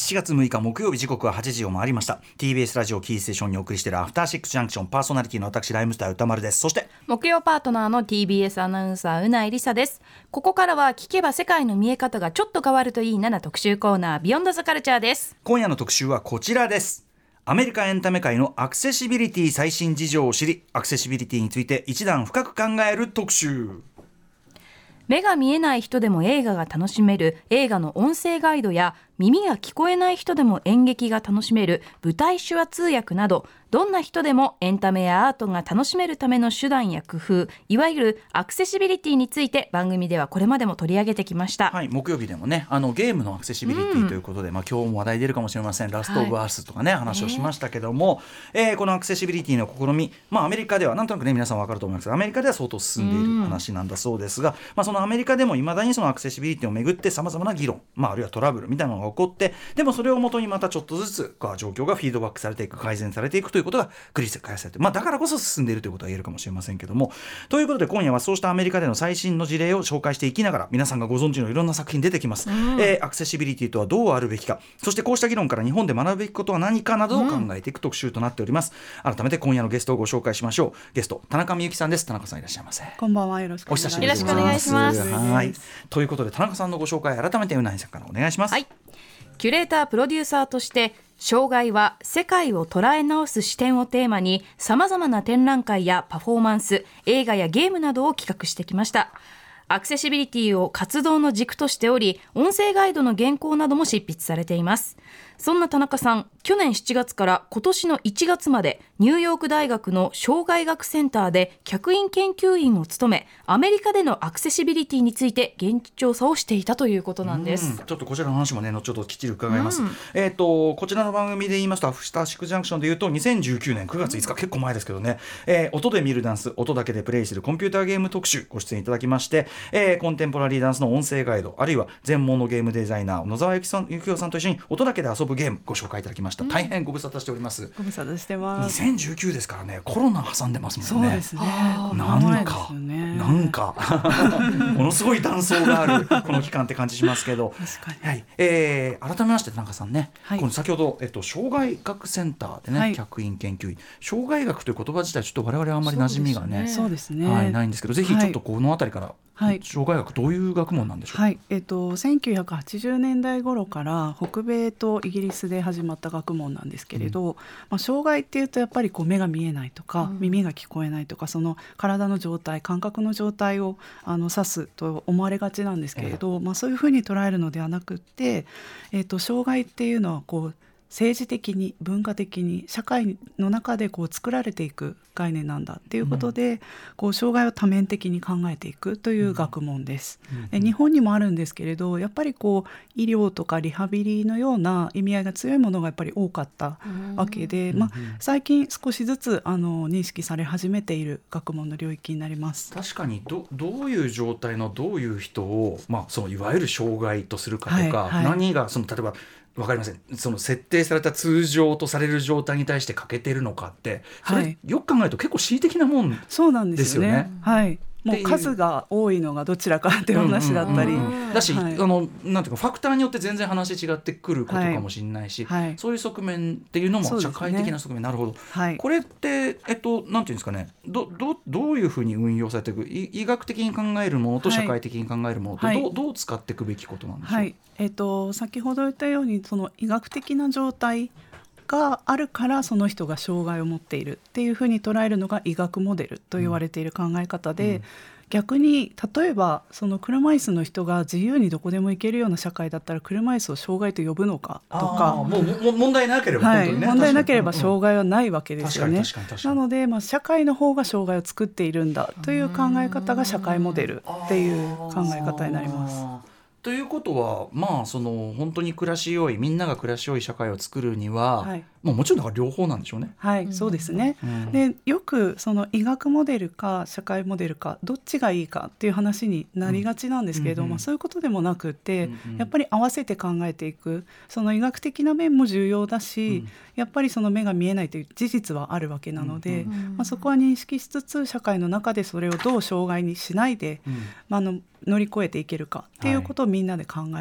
7月6日木曜日、時刻は8時を回りました。 TBS ラジオキーステーションにお送りしているアフターシックスジャンクション、パーソナリティの私ライムスター歌丸です。そして木曜パートナーの TBS アナウンサーうないりさです。ここからは聞けば世界の見え方がちょっと変わるといいな特集コーナー、ビヨンドザカルチャーです。 今夜の特集はこちらです。アメリカエンタメ界のアクセシビリティ最新事情を知り、アクセシビリティについて一段深く考える特集。 目が見えない人でも映画が楽しめる映画の音声ガイドや、耳が聞こえない人でも演劇が楽しめる舞台手話通訳など、どんな人でもエンタメやアートが楽しめるための手段や工夫、いわゆるアクセシビリティについて番組ではこれまでも取り上げてきました。 はい、木曜日でもね、ゲームのアクセシビリティということで、今日も話題出るかもしれません、ラストオブアースとかね、話をしましたけども、このアクセシビリティの試み、アメリカではなんとなくね、皆さん分かると思いますが、アメリカでは相当進んでいる話なんだそうですが、そのアメリカでもいまだにそのアクセシビリティをめぐってさまざまな議論、あるいはトラブルみたいなのが起こって、でもそれをもとにまたちょっとずつ状況がフィードバックされていく、改善されていくということが繰り返されている、だからこそ進んでいるということは言えるかもしれませんけども、ということで今夜はそうしたアメリカでの最新の事例を紹介していきながら、皆さんがご存知のいろんな作品出てきます、アクセシビリティとはどうあるべきか、そしてこうした議論から日本で学ぶべきことは何かなどを考えていく特集となっております。改めて今夜のゲストをご紹介しましょう。ゲスト田中美幸さんです。田中さんいらっしゃいませ。 こんばんは、よろしくお願いします。 よろしくお願いします。 はい、ということで田中さんのご紹介、改めてうなぎさんからお願いします。 はい、キュレータープロデューサーとして障害は世界を捉え直す視点をテーマに、様々な展覧会やパフォーマンス、映画やゲームなどを企画してきました。アクセシビリティを活動の軸としており、音声ガイドの原稿なども執筆されています。そんな田中さん、去年7月から今年の1月までニューヨーク大学の障害学センターで客員研究員を務め、アメリカでのアクセシビリティについて現地調査をしていたということなんです。 ちょっとこちらの話もね、後ほどきっちり伺います。こちらの番組で言いますと、アフターシックスジャンクションで言うと2019年9月5日、結構前ですけどね、音で見るダンス、音だけでプレイするコンピューターゲーム特集ご出演いただきまして、コンテンポラリーダンスの音声ガイド、あるいは全盲のゲームデザイナー野沢幸雄さんと一緒に音だけで遊ぶゲームご紹介いただきました。大変ご無沙汰しております。 ご無沙汰してます。 2019ですからね、コロナ挟んでますもんね。 そうですね。 なんかものすごい断層があるこの期間って感じしますけど確かに、 はい、改めまして田中さんね、この先ほど、障害学センターでね、客員研究員、障害学という言葉自体ちょっと我々あんまり馴染みがね、 そうですね、 はい、ないんですけど、ぜひちょっとこのあたりから、障害学どういう学問なんでしょうか。 はい、1980年代頃から北米とイギリスで始まった学問なんですけれど、障害っていうとやっぱり目が見えないとか、耳が聞こえないとか、その体の状態、感覚の状態を指すと思われがちなんですけれど、そういうふうに捉えるのではなくって、障害っていうのは政治的に文化的に社会の中で作られていく概念なんだっていうことで、障害を多面的に考えていくという学問です。日本にもあるんですけれど、やっぱり医療とかリハビリのような意味合いが強いものがやっぱり多かったわけで、最近少しずつ認識され始めている学問の領域になります。 確かに どういう状態のどういう人を、そのいわゆる障害とするかとか、何が例えば分かりません、その設定された通常とされる状態に対して欠けてるのかって、それよく考えると結構恣意的なもんですよね。 そうなんですよね。はい、もう数が多いのがどちらかっていう話だったり、 だし、なんていうかファクターによって全然話違ってくることかもしれないし、そういう側面っていうのも社会的な側面、なるほど、これってなんていうんですかね、どういうふうに運用されていく、医学的に考えるものと社会的に考えるものと、どう使っていくべきことなんでしょう。 先ほど言ったように、その医学的な状態があるからその人が障害を持っているっていうふうに捉えるのが医学モデルと言われている考え方で、逆に例えばその車椅子の人が自由にどこでも行けるような社会だったら、車椅子を障害と呼ぶのかとか、 もう問題なければ、本当にね、 問題なければ障害はないわけですよね。なので、社会の方が障害を作っているんだという考え方が社会モデルっていう考え方になります。 ということは、その本当に暮らしよい、みんなが暮らしよい社会を作るには、もちろんだから両方なんでしょうね。 はい、そうですね。で、よくその医学モデルか社会モデルかどっちがいいかっていう話になりがちなんですけれども、そういうことでもなくって、やっぱり合わせて考えていく、その医学的な面も重要だし、やっぱりその目が見えないという事実はあるわけなので、そこは認識しつつ、社会の中でそれをどう障害にしないで、乗り越えていけるかっていうことをみんなで考える。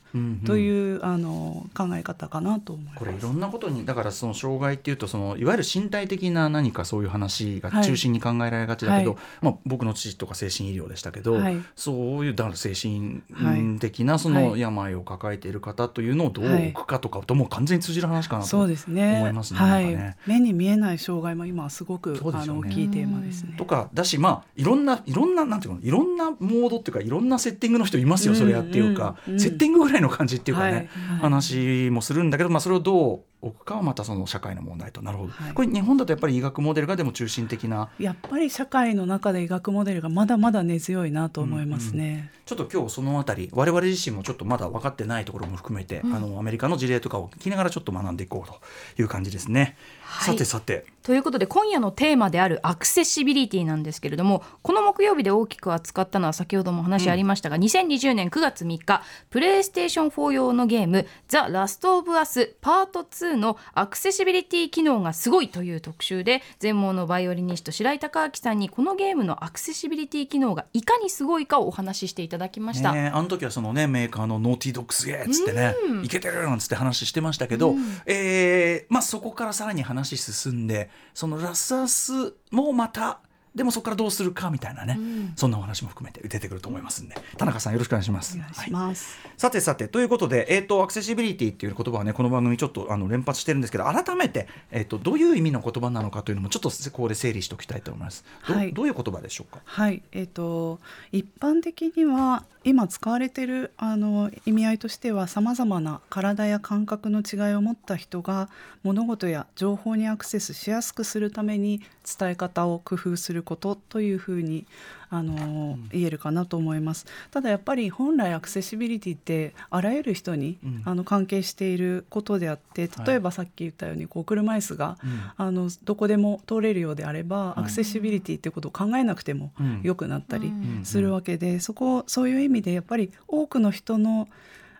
という考え方かなと思います。 これいろんなことにだからその障害っていうとそのいわゆる身体的な何かそういう話が中心に考えられがちだけど、僕の父とか精神医療でしたけど、そういうだから精神的なその病を抱えている方というのをどう置くかとかとも完全に通じる話かなと思いますね。 目に見えない障害も今はすごく大きいテーマですね。 とかだし、いろんななんていうの、いろんなモードっていうかいろんなセッティングの人いますよ、それやっていうか、セッティングぐらいの感じっていうかね、話もするんだけど、それをどう置くかはまたその社会の問題と。なるほど、これ日本だとやっぱり医学モデルがでも中心的な、 やっぱり社会の中で医学モデルがまだまだ根強いなと思いますね。 ちょっと今日そのあたり我々自身もちょっとまだ分かってないところも含めて、アメリカの事例とかを聞きながらちょっと学んでいこうという感じですね。さてということで今夜のテーマであるアクセシビリティなんですけれども、この木曜日で大きく扱ったのは先ほども話ありましたが、2020年9月3日プレイステーション4用のゲームザ・ラスト・オブ・アスパート2のアクセシビリティ機能がすごいという特集で、全盲のバイオリニスト白井孝明さんにこのゲームのアクセシビリティ機能がいかにすごいかをお話ししていただきました。 あの時はそのねメーカーのノーティードッグすげえっつってね、いけてるなんつって話してましたけど、そこからさらに話進んで、そのラスアスもまたでもそこからどうするかみたいなね、そんなお話も含めて出てくると思いますんで、田中さんよろしくお願いします。 お願いします。 さてということで、アクセシビリティっていう言葉はねこの番組ちょっと連発してるんですけど、改めて、どういう意味の言葉なのかというのもちょっとここで整理しておきたいと思います。どういう言葉でしょうか。 一般的には今使われている意味合いとしては、さまざまな体や感覚の違いを持った人が物事や情報にアクセスしやすくするために伝え方を工夫することというふうに言えるかなと思います。ただやっぱり本来アクセシビリティってあらゆる人に、関係していることであって、例えばさっき言ったように車椅子が、どこでも通れるようであれば、アクセシビリティってことを考えなくても良くなったりするわけで、そういう意味でやっぱり多くの人の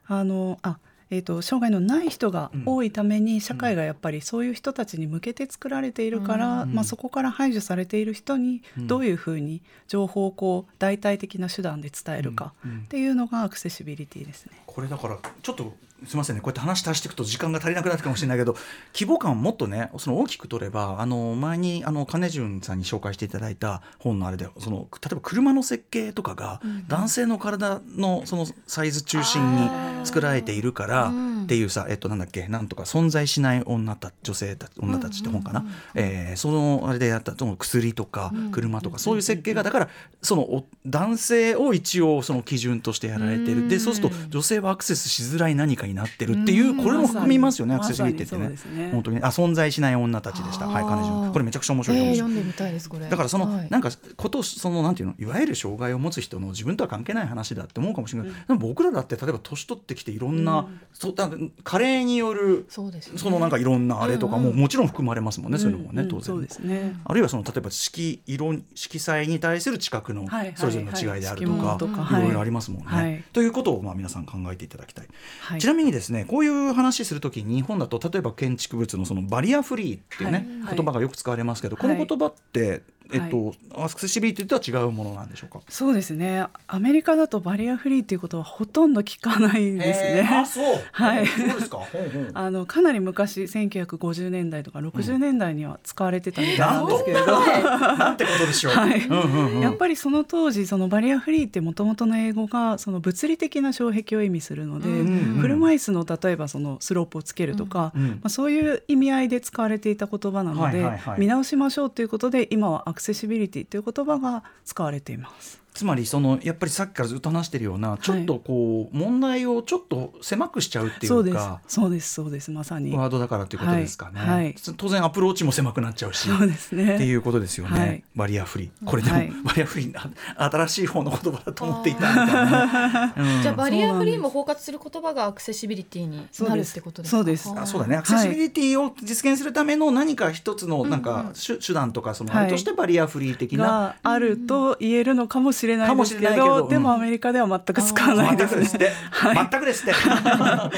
障害のない人が多いために、社会がやっぱりそういう人たちに向けて作られているから、そこから排除されている人にどういうふうに情報を代替的な手段で伝えるかっていうのがアクセシビリティですね。 これだからちょっとすみませんね、こうやって話足していくと時間が足りなくなるかもしれないけど、規模感をもっとねその大きく取れば、前に金潤さんに紹介していただいた本のあれで、例えば車の設計とかが男性の体のそのサイズ中心に作られているからっていうさ、なんだっけ、なんとか存在しない女たちって本かな、そのあれでやったその薬とか車とか、そういう設計がだからその男性を一応その基準としてやられている。でそうすると女性はアクセスしづらい何かになってるっていう、これも含みますよね、アクセシビリティってね。本当に存在しない女たちでした。金潤、これめちゃくちゃ面白いと思うし、 読んでみたいですこれ。 だからなんかなんていうの、いわゆる障害を持つ人の自分とは関係ない話だって思うかもしれない、でも僕らだって例えば年取ってきていろんな、加齢によるなんかいろんなあれとかももちろん含まれますもんね、そういうのもね、当然。 そうですね。 あるいは例えば色彩に対する知覚のそれぞれの違いであるとか、いろいろありますもんね。ということを皆さん考えていただきたい。ちなみにですね、こういう話するときに日本だと例えば建築物のそのバリアフリーっていうね、言葉がよく使われますけど、この言葉ってアクセシビリティとは違うものなんでしょうか。 そうですね、アメリカだとバリアフリーということはほとんど聞かないんですね。 そうですか。 かなり昔1950年代とか60年代には使われてたみたいなんですけれど、 なんてことでしょう。 やっぱりその当時バリアフリーってもともとの英語が物理的な障壁を意味するので、車椅子の例えばスロープをつけるとか、そういう意味合いで使われていた言葉なので、見直しましょうということで今はアクセシビリティという言葉が使われています。 つまりやっぱりさっきからずっと話してるようなちょっと問題をちょっと狭くしちゃうっていうか、 そうですまさにワードだからということですかね。当然アプローチも狭くなっちゃうし、 そうですね、 っていうことですよね。バリアフリー、これでも、バリアフリー新しい方の言葉だと思っていたみたいな、 じゃあバリアフリーも包括する言葉がアクセシビリティになるってことですか。 そうです。 そうだね、アクセシビリティを実現するための何か一つのなんか手段とかあれとしてバリアフリー的ながあると言えるのかもしれないですけど、でもアメリカでは全く使わないですね。 全くですって。はい。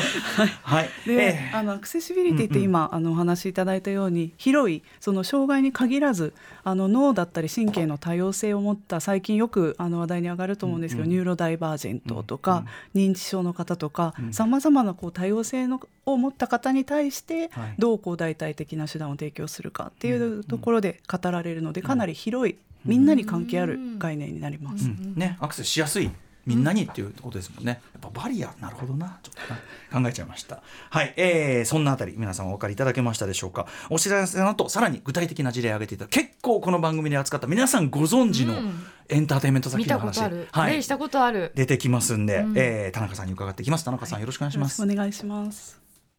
で、アクセシビリティって今お話しいただいたように広いその障害に限らず脳だったり神経の多様性を持った最近よく話題に上がると思うんですけど、ニューロダイバージェントとか、認知症の方とかさまざまな多様性を持った方に対してどう代替的な手段を提供するかっていうところで語られるので、かなり広いみんなに関係ある概念になります。 ね、アクセスしやすいみんなにっていうことですもんね。やっぱバリア、なるほどな、ちょっと考えちゃいました。はい、そんなあたり皆さんお分かりいただけましたでしょうか。お知らせの後さらに具体的な事例を挙げていただ結構この番組で扱った皆さんご存知のエンターテインメント作品の話、 見たことある、はい、したことある出てきますんで、田中さんに伺っていきます。田中さん、よろしくお願いします。 よろしくお願いします。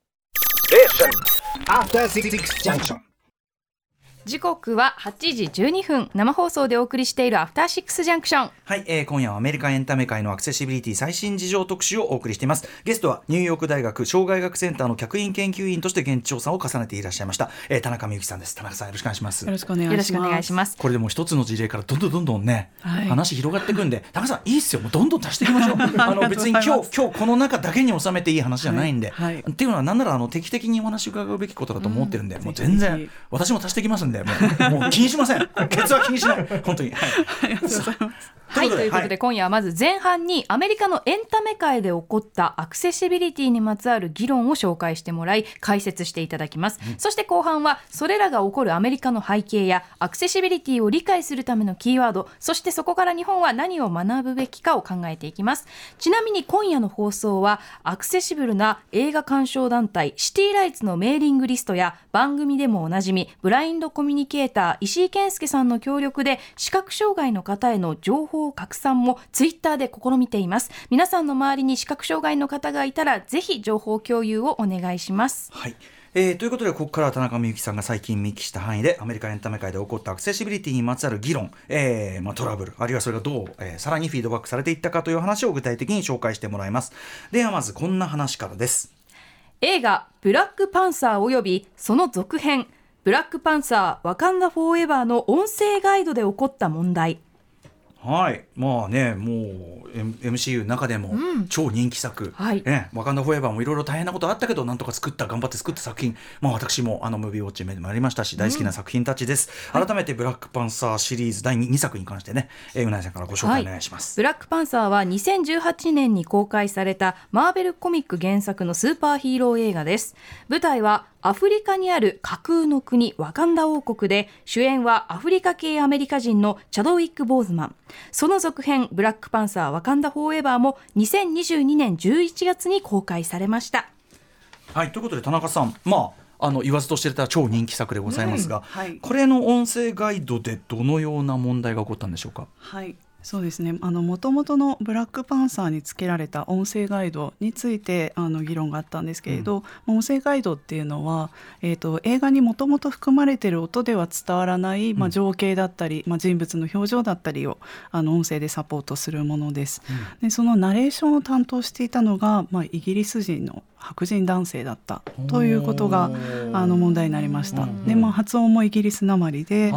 時刻は8時12分、生放送でお送りしているアフターシックスジャンクション。 はい、今夜はアメリカエンタメ界のアクセシビリティ最新事情特集をお送りしています。ゲストはニューヨーク大学障害学センターの客員研究員として現地調査を重ねていらっしゃいました、田中美幸さんです。田中さん、よろしくお願いします。 よろしくお願いします。 これでも一つの事例からどんどんね、話広がっていくんで、田中さんいいっすよ、もうどんどん足していきましょう。別に今日この中だけに収めていい話じゃないんで、っていうのはなんなら定期的にお話を伺うべきことだと思ってるんで、もう全然私も足していきますんで、もう気にしません。ケツは気にしない、本当に。 ありがとうございます。 はい、ということで、今夜はまず前半にアメリカのエンタメ界で起こったアクセシビリティにまつわる議論を紹介してもらい解説していただきます、そして後半はそれらが起こるアメリカの背景やアクセシビリティを理解するためのキーワード、そしてそこから日本は何を学ぶべきかを考えていきます。ちなみに今夜の放送はアクセシブルな映画鑑賞団体シティライツのメーリングリストや、番組でもおなじみブラインドコミュニケーター石井健介さんの協力で視覚障害の方への情報拡散もツイッターで試みています。皆さんの周りに視覚障害の方がいたらぜひ情報共有をお願いします。 はい、ということでここからは田中美幸さんが最近見聞きした範囲でアメリカエンタメ界で起こったアクセシビリティにまつわる議論、トラブル、あるいはそれがどう、さらにフィードバックされていったかという話を具体的に紹介してもらいます。ではまずこんな話からです。 映画ブラックパンサーおよびその続編ブラックパンサーワカンダフォーエバーの音声ガイドで起こった問題。 はい、まあね、もう MCU の中でも超人気作、ワカンダフォーエバーもいろいろ大変なことあったけどなんとか頑張って作った作品、私もムービーウォッチでもありましたし大好きな作品たちです、改めてブラックパンサーシリーズ第 2作に関してね、うなえさんからご紹介お願いします。 ブラックパンサーは2018年に公開されたマーベルコミック原作のスーパーヒーロー映画です。舞台はアフリカにある架空の国ワカンダ王国で、主演はアフリカ系アメリカ人のチャドウィック・ボーズマン。その続編ブラックパンサーワカンダフォーエバーも2022年11月に公開されました。 はい、ということで田中さん、言わずとしていた超人気作でございますが、これの音声ガイドでどのような問題が起こったんでしょうか。 はい、そうですね、もともとのブラックパンサーにつけられた音声ガイドについて議論があったんですけれど、音声ガイドっていうのは、映画にもともと含まれている音では伝わらない、情景だったり、人物の表情だったりを音声でサポートするものです、でそのナレーションを担当していたのが、イギリス人の白人男性だったということが問題になりました。で、発音もイギリスなまりで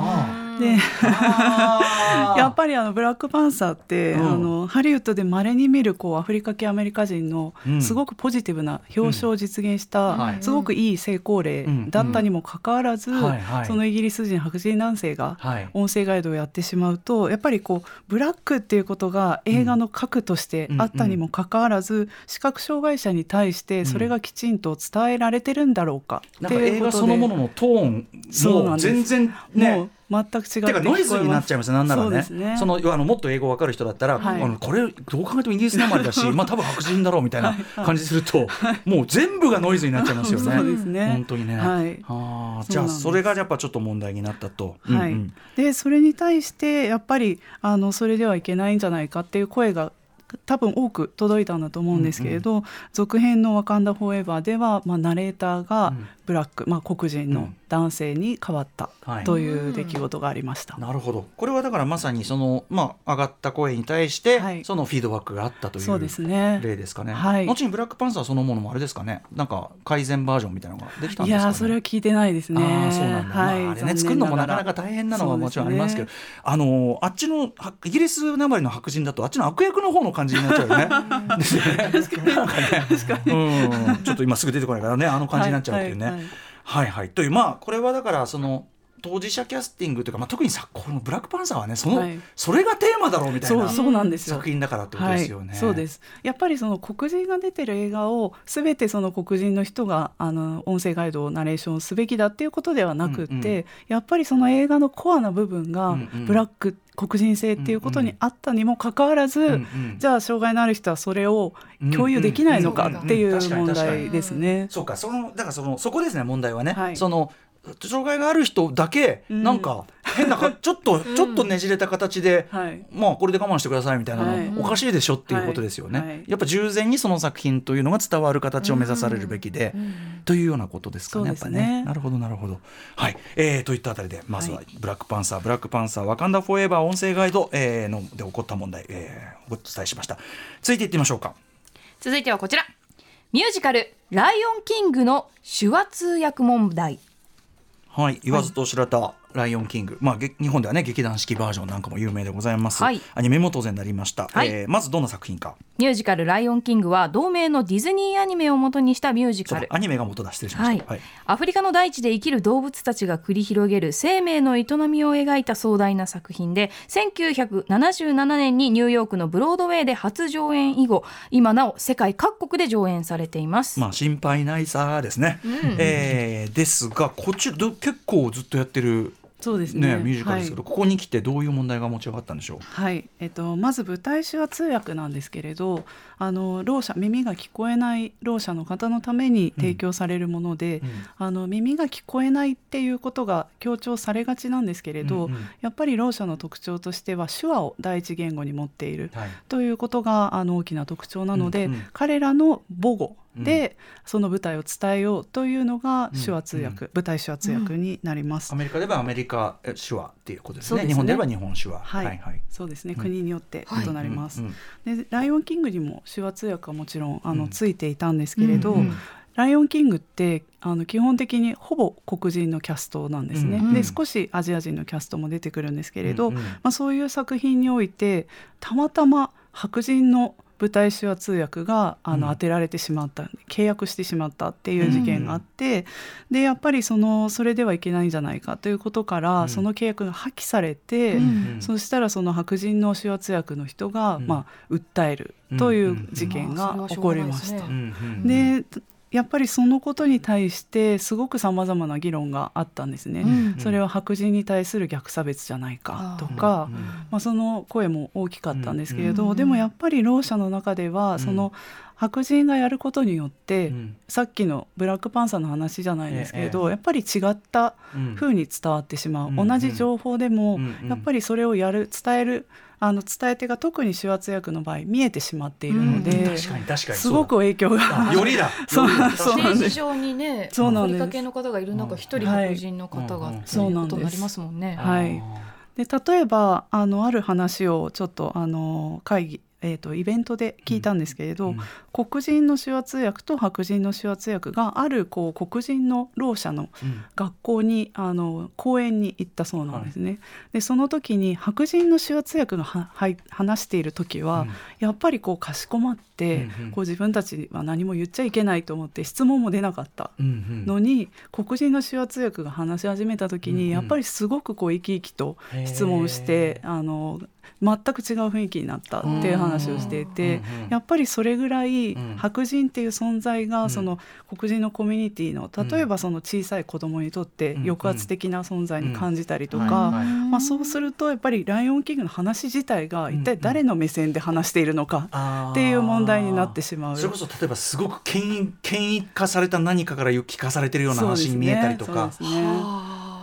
やっぱりブラックパンサーって、ハリウッドで稀に見るアフリカ系アメリカ人のすごくポジティブな表彰を実現した、すごくいい成功例だったにもかかわらず、そのイギリス人白人男性が音声ガイドをやってしまうと、やっぱりブラックっていうことが映画の核としてあったにもかかわらず、視覚障害者に対してそれがきちんと伝えられてるんだろうかっていうことで、 映画そのもののトーンも全然ね、 全く違って聞こえます。 ノイズになっちゃいますよ。なんならね、もっと英語分かる人だったら、これどう考えてもイギリスなまりだし多分白人だろうみたいな感じするともう全部がノイズになっちゃいますよね。 そうですね、 本当にね、じゃあそれがやっぱちょっと問題になったと、 でそれに対してやっぱりそれではいけないんじゃないかっていう声が多分多く届いたんだと思うんですけれど、続編のワカンダフォーエバーでは、ナレーターがブラック、黒人の男性に変わったという出来事がありました。 なるほど。これはだからまさにその、上がった声に対して、そのフィードバックがあったという例ですかね。後にブラックパンサーそのものもあれですかね、なんか改善バージョンみたいなのができたんですかね。 いやそれは聞いてないですね。 そうなんだ、あれね、作るのもなかなか大変なのはもちろんありますけど、あっちのイギリスなまりの白人だとあっちの悪役の方の感じになっちゃうよね。ですよね。なんかね、ちょっと今すぐ出てこないからね、あの感じになっちゃうっていうね。はいはい。というこれはだからその当事者キャスティングというか、特にこのブラックパンサーはね、それがテーマだろうみたいな作品だからってことですよね。 そうです。やっぱりその黒人が出てる映画を全てその黒人の人が音声ガイドをナレーションすべきだっていうことではなくって、やっぱりその映画のコアな部分がブラック、黒人性っていうことにあったにもかかわらず、じゃあ障害のある人はそれを共有できないのかっていう問題ですね。 そうか、だからそこですね、問題はね。その障害がある人だけなんか変なちょっとねじれた形で、これで我慢してくださいみたいなの、おかしいでしょっていうことですよね。やっぱ従前にその作品というのが伝わる形を目指されるべきで、というようなことですかね。やっぱね。なるほどなるほど。はい。といったあたりでまずはブラックパンサーワカンダフォーエバー音声ガイドで起こった問題、お伝えしました。続いていってみましょうか。 続いてはこちら、ミュージカルライオンキングの手話通訳問題。 はい、言わずと知られたライオンキング、日本ではね劇団四季バージョンなんかも有名でございます、アニメも当然なりました、まずどんな作品か。 ミュージカルライオンキングは同名のディズニーアニメを元にしたミュージカル。 アニメが元だ、失礼しました、 アフリカの大地で生きる動物たちが繰り広げる生命の営みを描いた壮大な作品で、1977年にニューヨークのブロードウェイで初上演以後、今なお世界各国で上演されています。 心配ないさですね、ですがこっち結構ずっとやってるそうですね、 ミュージカルですけど、ここに来てどういう問題が持ち上がったんでしょう。 はい、まず舞台手話通訳なんですけれど、ろう者、耳が聞こえないろう者の方のために提供されるもので、耳が聞こえないっていうことが強調されがちなんですけれど、やっぱりろう者の特徴としては手話を第一言語に持っている、ということが大きな特徴なので、彼らの母語でその舞台を伝えようというのが手話通訳、舞台手話通訳になります。 アメリカではアメリカ手話っていうことですね。日本では日本手話。 そうですね、国によって異なります。でライオンキングにも手話通訳はもちろんついていたんですけれど、ライオンキングって基本的にほぼ黒人のキャストなんですね、で少しアジア人のキャストも出てくるんですけれど、そういう作品においてたまたま白人の舞台手話通訳が当てられてしまった、契約してしまったっていう事件があって、でやっぱりそれではいけないんじゃないかということから、その契約が破棄されて、そしたらその白人の手話通訳の人が、訴えるという事件が起こりました。でやっぱりそのことに対してすごくさまざまな議論があったんですね、それは白人に対する逆差別じゃないかとか、その声も大きかったんですけれど、でもやっぱりろう者の中ではその白人がやることによって、さっきのブラックパンサーの話じゃないですけれど、やっぱり違った風に伝わってしまう、同じ情報でもやっぱりそれを伝える伝え手が特に手話通訳の場合見えてしまっているので、すごく影響がよりだそうなんです。ステージ上にね、アフリカ系の方がいる中、一人白人の方がっていうことになりますもんね。 で例えばある話をちょっと会議イベントで聞いたんですけれど、黒人の手話通訳と白人の手話通訳がある黒人のろう者の学校に講演に行ったそうなんですね。でその時に白人の手話通訳が話している時は、やっぱりかしこまって、自分たちは何も言っちゃいけないと思って質問も出なかったのに、黒人の手話通訳が話し始めた時に、やっぱりすごく生き生きと質問して全く違う雰囲気になったっていう話をしていて、やっぱりそれぐらい白人っていう存在がその黒人のコミュニティの例えばその小さい子供にとって抑圧的な存在に感じたりとか、そうするとやっぱりライオンキングの話自体が一体誰の目線で話しているのかっていう問題になってしまう。 それこそ例えばすごく権威化された何かから聞かされているような話に見えたりとか。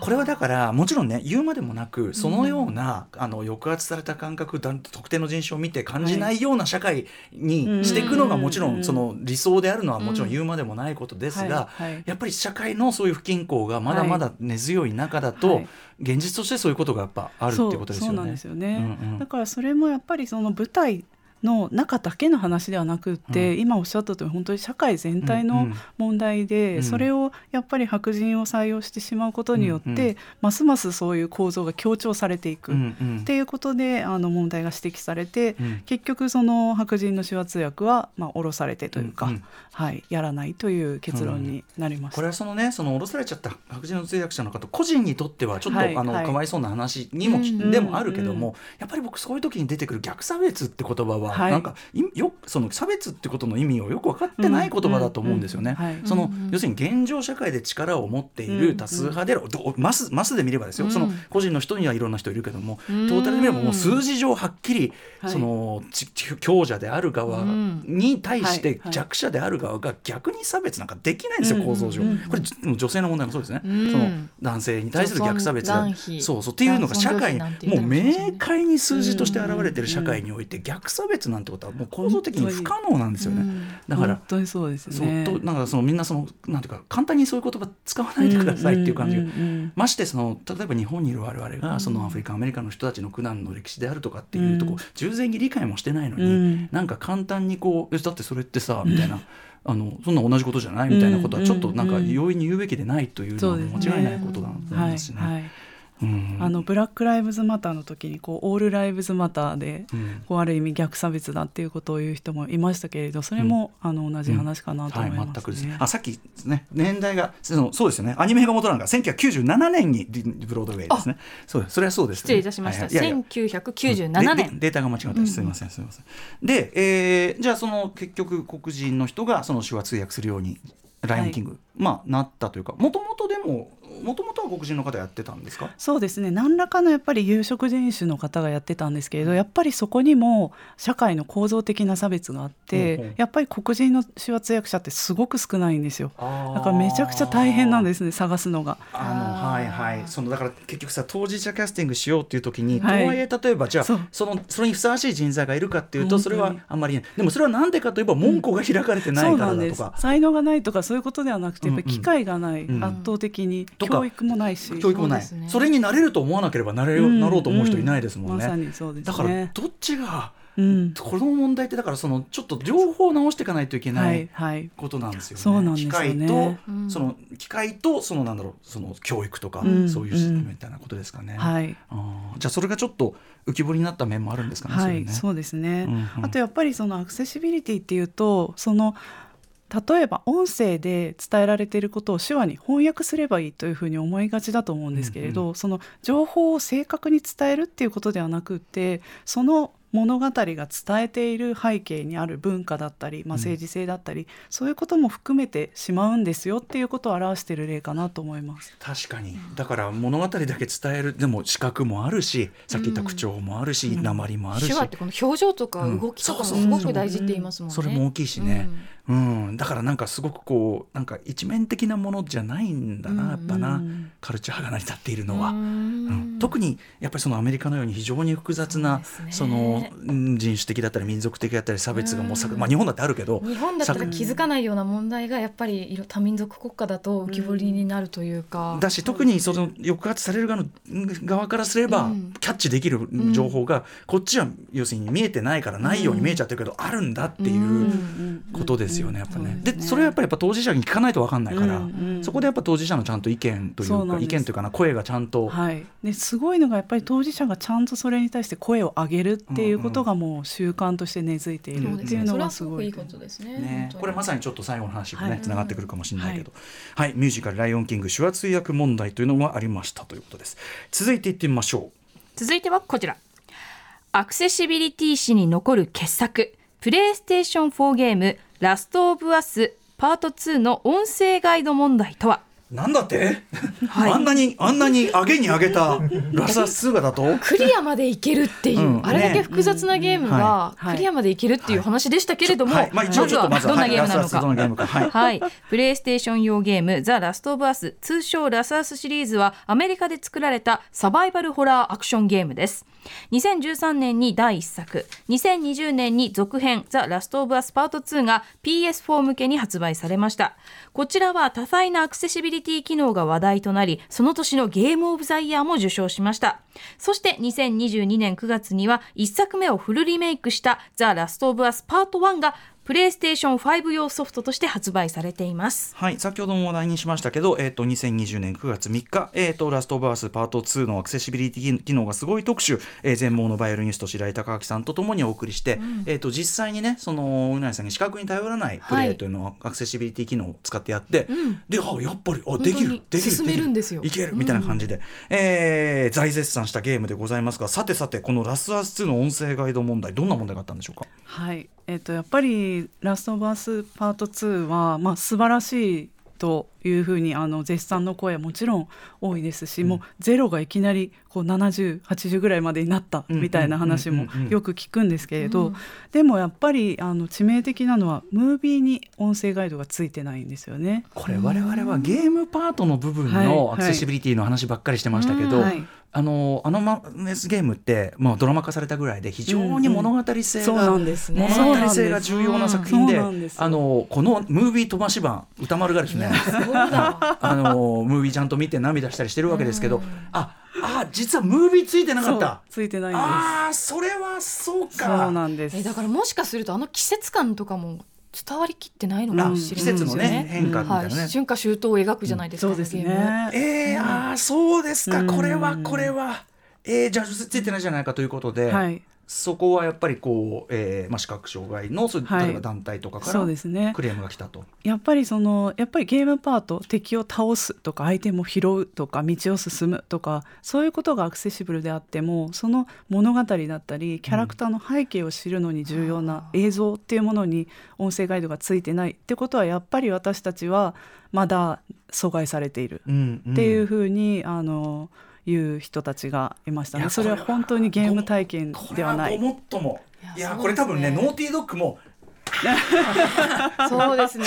これはだからもちろんね言うまでもなくそのような、抑圧された感覚特定の人種を見て感じないような社会にしていくのがもちろんその理想であるのはもちろん言うまでもないことですが、やっぱり社会のそういう不均衡がまだまだ根強い中だと、現実としてそういうことがやっぱあるっていうことですよね。 そうなんですよね、だからそれもやっぱりその舞台の中だけの話ではなくって、今おっしゃったとおり本当に社会全体の問題で、それをやっぱり白人を採用してしまうことによって、ますますそういう構造が強調されていく、っていうことで問題が指摘されて、結局その白人の手話通訳は降ろされてというか、やらないという結論になりました。 これはそのねその降ろされちゃった白人の通訳者の方個人にとってはちょっと、かわいそうな話にも、でもあるけども、やっぱり僕そういう時に出てくる逆差別って言葉はなんかその差別ってことの意味をよく分かってない言葉だと思うんですよね。その要するに現状社会で力を持っている多数派でマスで見ればですよ、その個人の人にはいろんな人いるけども、トータルで見ればもう数字上はっきり、その強者である側に対して弱者である側が逆に差別なんかできないんですよ、構造上。これ女性の問題もそうですね、その男性に対する逆差別がそうっていうのが社会にもう明快に数字として現れている社会において、逆差別なんてことはもう構造的に不可能なんですよね。だから本当にそうですね。 なんかそのみんなそのなんていうか簡単にそういう言葉使わないでくださいっていう感じ、ましてその例えば日本にいる我々がそのアフリカアメリカの人たちの苦難の歴史であるとかっていうとこ従前に理解もしてないのに、なんか簡単にこうだってそれってさみたいなそんな同じことじゃないみたいなことはちょっとなんか容易に言うべきでないというのは間違いないことだと思いますしね。 ブラックライブズマターの時にオールライブズマターである意味逆差別だっていうことを言う人もいましたけれど、それも同じ話かなと思いますね。 全くですね。さっきね年代がそうですよね、アニメが元なのが1997年にブロードウェイですね。それはそうです、ね、 失礼いたしました、1997年データが間違ったです、すいません。で、じゃあその結局黒人の人がその手話通訳するようにライオンキング、なったというか、もともとは黒人の方やってたんですか？ そうですね、何らかのやっぱり有色人種の方がやってたんですけれど、やっぱりそこにも社会の構造的な差別があって、やっぱり黒人の手話通訳者ってすごく少ないんですよ。だからめちゃくちゃ大変なんですね、探すのが。 だから結局さ当事者キャスティングしようっていう時に、とはいえ例えばじゃあそれにふさわしい人材がいるかっていうとそれはあんまりない。でもそれはなんでかといえば門戸が開かれてないからだとか、 才能がないとかそういうことではなくて、やっぱり機会がない、圧倒的に教育もないし、 それになれると思わなければなろうと思う人いないですもんね。 まさにそうですね。 だからどっちがこの問題ってだからそのちょっと両方直していかないといけないことなんですよね。 そうなんですよね。 機械とそのなんだろうその教育とか、そういうシステムみたいなことですかね。じゃあそれがちょっと浮き彫りになった面もあるんですかね。 そうですね。あとやっぱりそのアクセシビリティっていうと例えば音声で伝えられていることを手話に翻訳すればいいというふうに思いがちだと思うんですけれど、その情報を正確に伝えるっていうことではなくて、その物語が伝えている背景にある文化だったり、政治性だったり、そういうことも含めてしまうんですよっていうことを表している例かなと思います。 確かにだから物語だけ伝えるでも視覚もあるし、さっき言った口調もあるし、訛りもあるし、 手話ってこの表情とか動きとかもすごく大事って言いますもんね。 それも大きいしね、だからなんかすごくなんか一面的なものじゃないんだな、やっぱな、カルチャーが成り立っているのは、特にやっぱりそのアメリカのように非常に複雑なその人種的だったり民族的だったり差別がもう日本だってあるけど、 日本だったら気づかないような問題がやっぱり多民族国家だと浮き彫りになるというか、 だし特にその抑圧される側からすれば、キャッチできる情報がこっちは要するに見えてないからないように見えちゃってるけど、あるんだっていうことですよね、やっぱね。でそれはやっぱり当事者に聞かないと分かんないから、そこでやっぱ当事者のちゃんと意見というか意見というかな声がちゃんと、 すごいのがやっぱり当事者がちゃんとそれに対して声を上げるっていうことがもう習慣として根付いているっていうのがすごい、 いいことですね。 これまさにちょっと最後の話がねつながってくるかもしれないけど、ミュージカルライオンキング手話通訳問題というのがありましたということです。続いていってみましょう。 続いてはこちら、アクセシビリティ史に残る傑作、プレイステーション4ゲームラストオブアスパート2の音声ガイド問題とは。 なんだって、 はい、 あんなに上げに上げたラスアス2がだとクリアまでいけるっていう、あれだけ複雑なゲームがクリアまでいけるっていう話でしたけれども、まずはどんなゲームなのか、はい、プレイステーション用ゲームザ・ラストオブアス、通称ラスアスシリーズはアメリカで作られたサバイバルホラーアクションゲームです。2013年に第1作、2020年に続編ザ・ラストオブアスパート2が PS4 向けに発売されました。こちらは多彩なアクセシビリティ機能が話題となり、その年のゲームオブザイヤーも受賞しました。そして2022年9月には1作目をフルリメイクしたザ・ラストオブアスパート1がプレイステーション5用ソフトとして発売されています。 はい、先ほども話題にしましたけど、2020年9月3日、ラストオブアスパート2のアクセシビリティ機能がすごい特集、全盲のバイオリニスト白井孝明さんとともにお送りして、実際にね、そのうなりさんに視覚に頼らないプレイというのをアクセシビリティ機能を使ってやって、でやっぱりできる進めるんですよ、 いけるみたいな感じで、大絶賛したゲームでございますが、さてこのラスアス2の音声ガイド問題、どんな問題があったんでしょうか。 はい、やっぱりラストオブアスパート2は、素晴らしいというふうに絶賛の声はもちろん多いですし、もうゼロがいきなりこう70、80ぐらいまでになったみたいな話もよく聞くんですけれど、でもやっぱり致命的なのはムービーに音声ガイドがついてないんですよね。 これ我々はゲームパートの部分のアクセシビリティの話ばっかりしてましたけど、ゲームって、ドラマ化されたぐらいで非常に物語性が重要な作品で、このムービー飛ばし版歌丸がですねムービーちゃんと見て涙したりしてるわけですけど、実はムービーついてなかった。 ついてないんです。 それはそうか。 そうなんです。 だからもしかすると季節感とかも伝わりきってないのかもしれないですよね。季節のね、 変化みたいなね、 春夏秋冬を描くじゃないですか、 そうですね。 そうですか。これはじゃあついてないじゃないかということで、そこはやっぱりこう、視覚障害の例えば団体とかからクレームが来たと。 やっぱりゲームパート、敵を倒すとか相手も拾うとか道を進むとか、そういうことがアクセシブルであっても、その物語だったりキャラクターの背景を知るのに重要な映像っていうものに音声ガイドがついてないってことは、やっぱり私たちはまだ阻害されているっていうふうにいう人たちがいましたね。それは本当にゲーム体験ではない。 これはごもっとも。これ多分ね、ノーティードッグもそうですね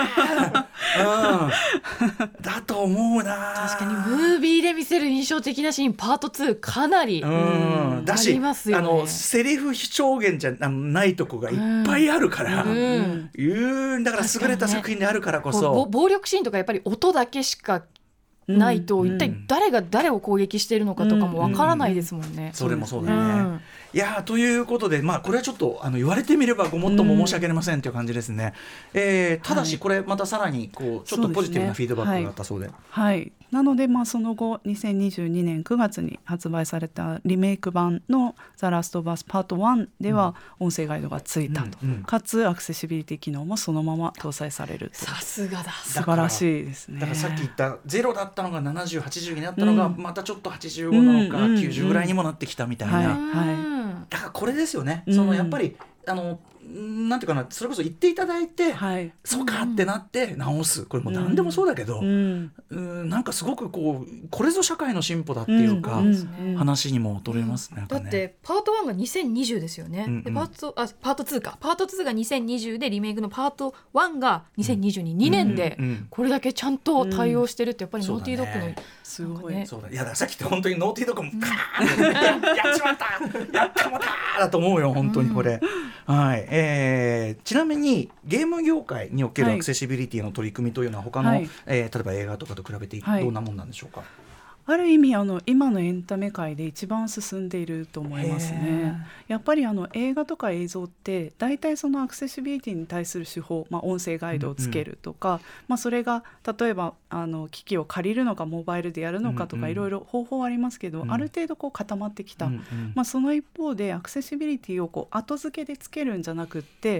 だと思うな。 確かにムービーで見せる印象的なシーンパート2かなりだし、 ありますよね。 セリフ表現じゃないとこがいっぱいあるから、だから優れた作品であるからこそ、 暴力シーンとかやっぱり音だけしかないと、一体誰が誰を攻撃しているのかとかもわからないですもんね。 それもそうだね。いやということで、これはちょっと言われてみればごもっとも申し訳ありませんという感じですね。ただしこれまたさらにちょっとポジティブなフィードバックがあったそうで、 なので、その後2022年9月に発売されたリメイク版のザ・ラスト・オブ・アスパート1では音声ガイドがついたと、かつアクセシビリティ機能もそのまま搭載されると。 さすがだ、 素晴らしいですね。 だからさっき言ったゼロだったのが70、80になったのがまたちょっと85なのか90ぐらいにもなってきたみたいな、だからこれですよね。やっぱりなんていうかな、それこそ言っていただいて、そうかってなって直す、これもう何でもそうだけど、なんかすごくこれぞ社会の進歩だっていうか、話にも取れますね。 だってパート1が2020ですよね。でパート2か、パート2が2020でリメイクのパート1が2022、2年でこれだけちゃんと対応してるって、やっぱりノーティードッグのすごい。 そうだ。いやさっきって本当にノーティードッグもカーッやっちまったやったもただと思うよ本当にこれ。ちなみにゲーム業界におけるアクセシビリティの取り組みというのは他の、例えば映画とかと比べてどんなもんなんでしょうか。 ある意味今のエンタメ界で一番進んでいると思いますね。やっぱり映画とか映像って大体そのアクセシビリティに対する手法、音声ガイドをつけるとか、それが例えば機器を借りるのかモバイルでやるのかとか、いろいろ方法ありますけど、ある程度固まってきた、その一方でアクセシビリティを後付けでつけるんじゃなくって、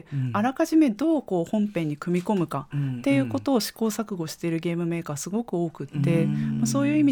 あらかじめどう本編に組み込むかっていうことを試行錯誤しているゲームメーカーすごく多くって、そういう意味で一番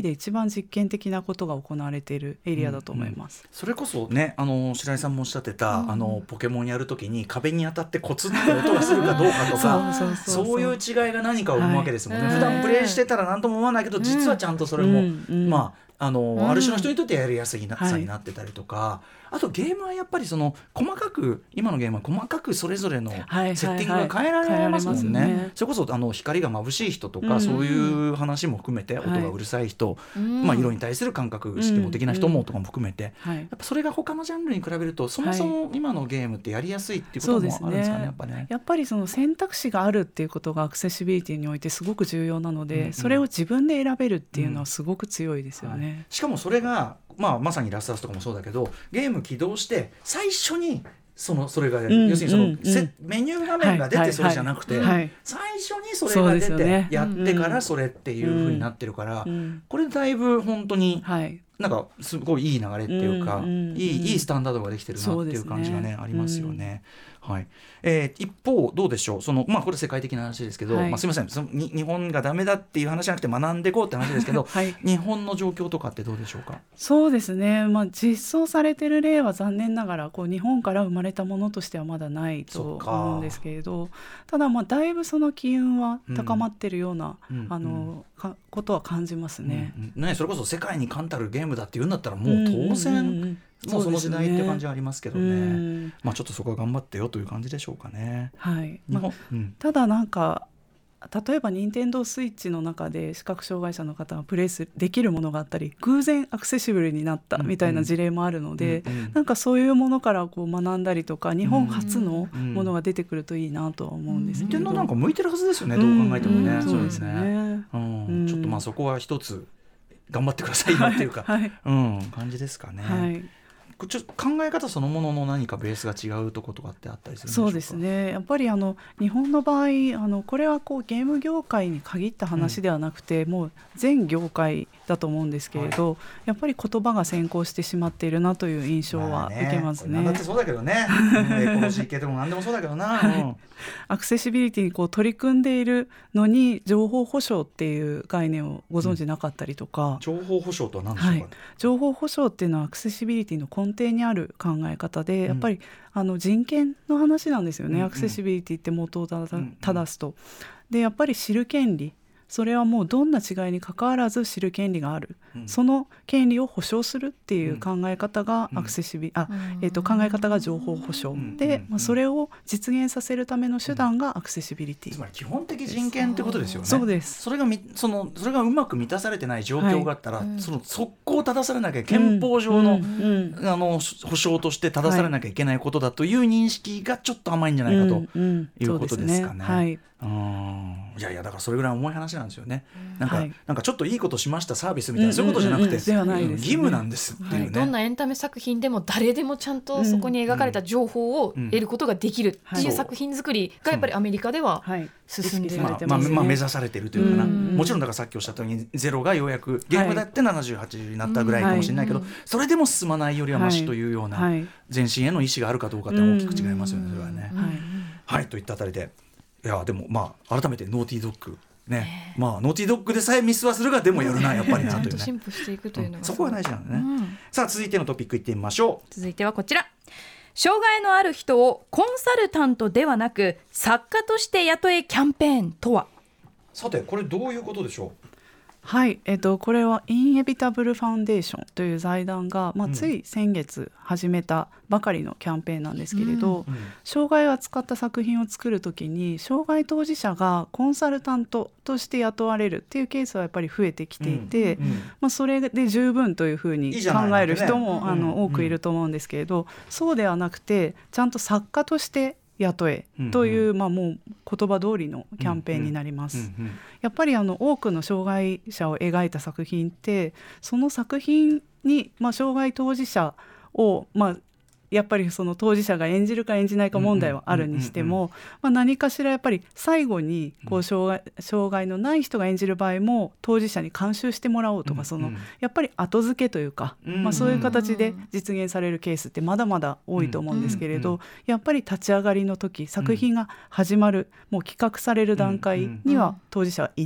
番実験的なことが行われているエリアだと思います、 それこそね白井さんもおっしゃってた、ポケモンやるときに壁に当たってコツンって音がするかどうかとかそういう違いが何かを生むわけですもんね、普段プレイしてたら何とも思わないけど、実はちゃんとそれも、ある種の人にとってやりやすいさになってたりとか、あとゲームはやっぱりその細かく今のゲームは細かくそれぞれのセッティングが変えられますもんね。それこそ光が眩しい人とか、そういう話も含めて音がうるさい人、色に対する感覚意識も的な人もとかも含めて、やっぱそれが他のジャンルに比べるとそもそも今のゲームってやりやすいっていうこともあるんですかね。 やっぱりその選択肢があるっていうことがアクセシビリティにおいてすごく重要なので、それを自分で選べるっていうのはすごく強いですよね、 しかもそれがまさにラストアスとかもそうだけど、ゲーム起動して最初にそれが、要するにメニュー画面が出てそれじゃなくて、最初にそれが出てやってからそれっていう風になってるから、これだいぶ本当になんかすごいいい流れっていうか、いいスタンダードができてるなっていう感じがねありますよね。はい。一方どうでしょう、これ世界的な話ですけど、すいません、日本がダメだっていう話じゃなくて学んでいこうって話ですけど、日本の状況とかってどうでしょうか。 そうですね、実装されてる例は残念ながら日本から生まれたものとしてはまだないと思うんですけれど、ただだいぶその機運は高まってるような、ことは感じますね。 それこそ世界に冠たるゲームだっていうんだったらもう当然、もうその時代って感じはありますけどね、ちょっとそこは頑張ってよという感じでしょうかね。 ただなんか例えば任天堂スイッチの中で視覚障害者の方がプレイできるものがあったり、偶然アクセシブルになったみたいな事例もあるので、なんかそういうものから学んだりとか、日本初のものが出てくるといいなとは思うんですけど、 任天堂なんか向いてるはずですよね、どう考えてもね。そうですね、ちょっとそこは一つ頑張ってくださいよっていうか、感じですかね。ちょっと考え方そのものの何かベースが違うところとかってあったりするんでしょうか。 そうですね、やっぱり日本の場合これはゲーム業界に限った話ではなくて、もう全業界だと思うんですけれど、やっぱり言葉が先行してしまっているなという印象は受けますね。 だってそうだけどね、エコロジー系でも何でもそうだけどな、 アクセシビリティに取り組んでいるのに情報保障っていう概念をご存知なかったりとか、 情報保障とは何でしょうか。 情報保障っていうのはアクセシビリティの根底にある考え方で、やっぱり人権の話なんですよね、アクセシビリティって元を正すと。でやっぱり知る権利、それはもうどんな違いに関わらず知る権利がある、その権利を保障するっていう考え方が考え方が情報保障で、それを実現させるための手段がアクセシビリティ、 つまり基本的人権ってことですよね。 そうです。 それがうまく満たされてない状況があったら、速攻正されなきゃ、憲法上の、保障として正されなきゃいけないことだという認識がちょっと甘いんじゃないかということですかね。いやだからそれぐらい重い話なんですよね。なんかちょっといいことしましたサービスみたいな、そういうことじゃなくて、義務なんですっていうね。 どんなエンタメ作品でも誰でもちゃんとそこに描かれた情報を得ることができるっていう作品作りがやっぱりアメリカでは進んでいる、 目指されているというかな。もちろんだからさっきおっしゃったようにゼロがようやくゲームだって70、80になったぐらいかもしれないけど、それでも進まないよりはマシというような前進への意思があるかどうかって大きく違いますよね、それはね。はいといったあたりで、いやでも改めてノーティードッグね、ノーティードッグでさえミスはするがでもやるなやっぱりなというね、 ちゃんと進歩していくというのが、 そこは大事なんだね。さあ続いてのトピックいってみましょう。 続いてはこちら、障害のある人をコンサルタントではなく作家として雇えキャンペーンとは。 さてこれどういうことでしょう。 はい、これはインエビタブルファンデーションという財団が、つい先月始めたばかりのキャンペーンなんですけれど、障害を扱った作品を作るときに障害当事者がコンサルタントとして雇われるっていうケースはやっぱり増えてきていて、それで十分というふうに考える人も多くいると思うんですけれど、そうではなくてちゃんと作家として雇えという、もう言葉通りのキャンペーンになります。やっぱり多くの障害者を描いた作品ってその作品に、障害当事者を、やっぱりその当事者が演じるか演じないか問題はあるにしても、何かしらやっぱり最後に障害のない人が演じる場合も当事者に監修してもらおうとか、やっぱり後付けというか、そういう形で実現されるケースってまだまだ多いと思うんですけれど、やっぱり立ち上がりの時作品が始まる、もう企画される段階には当事者はいない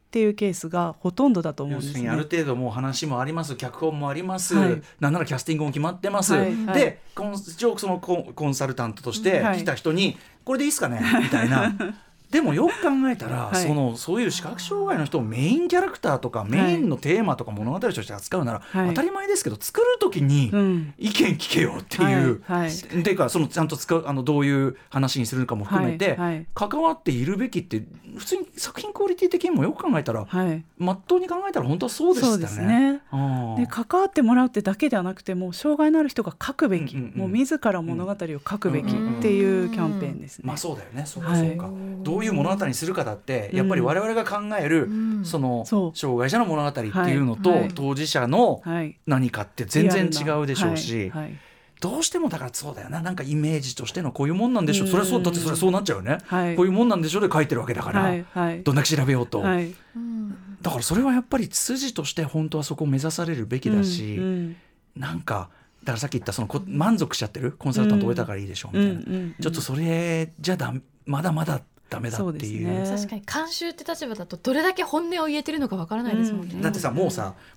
っていうケースがほとんどだと思うんですね。 要するにある程度もう話もあります、脚本もあります、 はい、 なんならキャスティングも決まってます、 はい、 で一応そのコンサルタントとして来た人に、これでいいですかねみたいなでもよく考えたら、はい、そういう視覚障害の人をメインキャラクターとかメインのテーマとか物語として扱うなら、はい、当たり前ですけど作る時に意見聞けよっていう、はいはい、っていうかちゃんと使うどういう話にするのかも含めて、はいはい、関わっているべきって普通に作品クオリティ的にもよく考えたら、はい、真っ当に考えたら本当はそうでしたね。 そうですね。で関わってもらうってだけではなくて、もう障害のある人が書くべき、もう自ら物語を書くべきっていうキャンペーンですね。 まあそうだよね。そうかそうか、はい、どういう物語にするかだってやっぱり我々が考える、その障害者の物語っていうのと、当事者の何かって全然違うでしょうし、どうしてもだからそうだよな、なんかイメージとしてのこういうもんなんでしょう、それはそうだって、それはそうなっちゃうよね、こういうもんなんでしょうで書いてるわけだから、どんだけ調べようと、だからそれはやっぱり筋として本当はそこを目指されるべきだし、なんかだからさっき言った満足しちゃってるコンサルタント終えたからいいでしょうみたいな、ちょっとそれじゃまだまだダメだっていう。 確かに監修って立場だとどれだけ本音を言えてるのかわからないですもんね。 だってさもう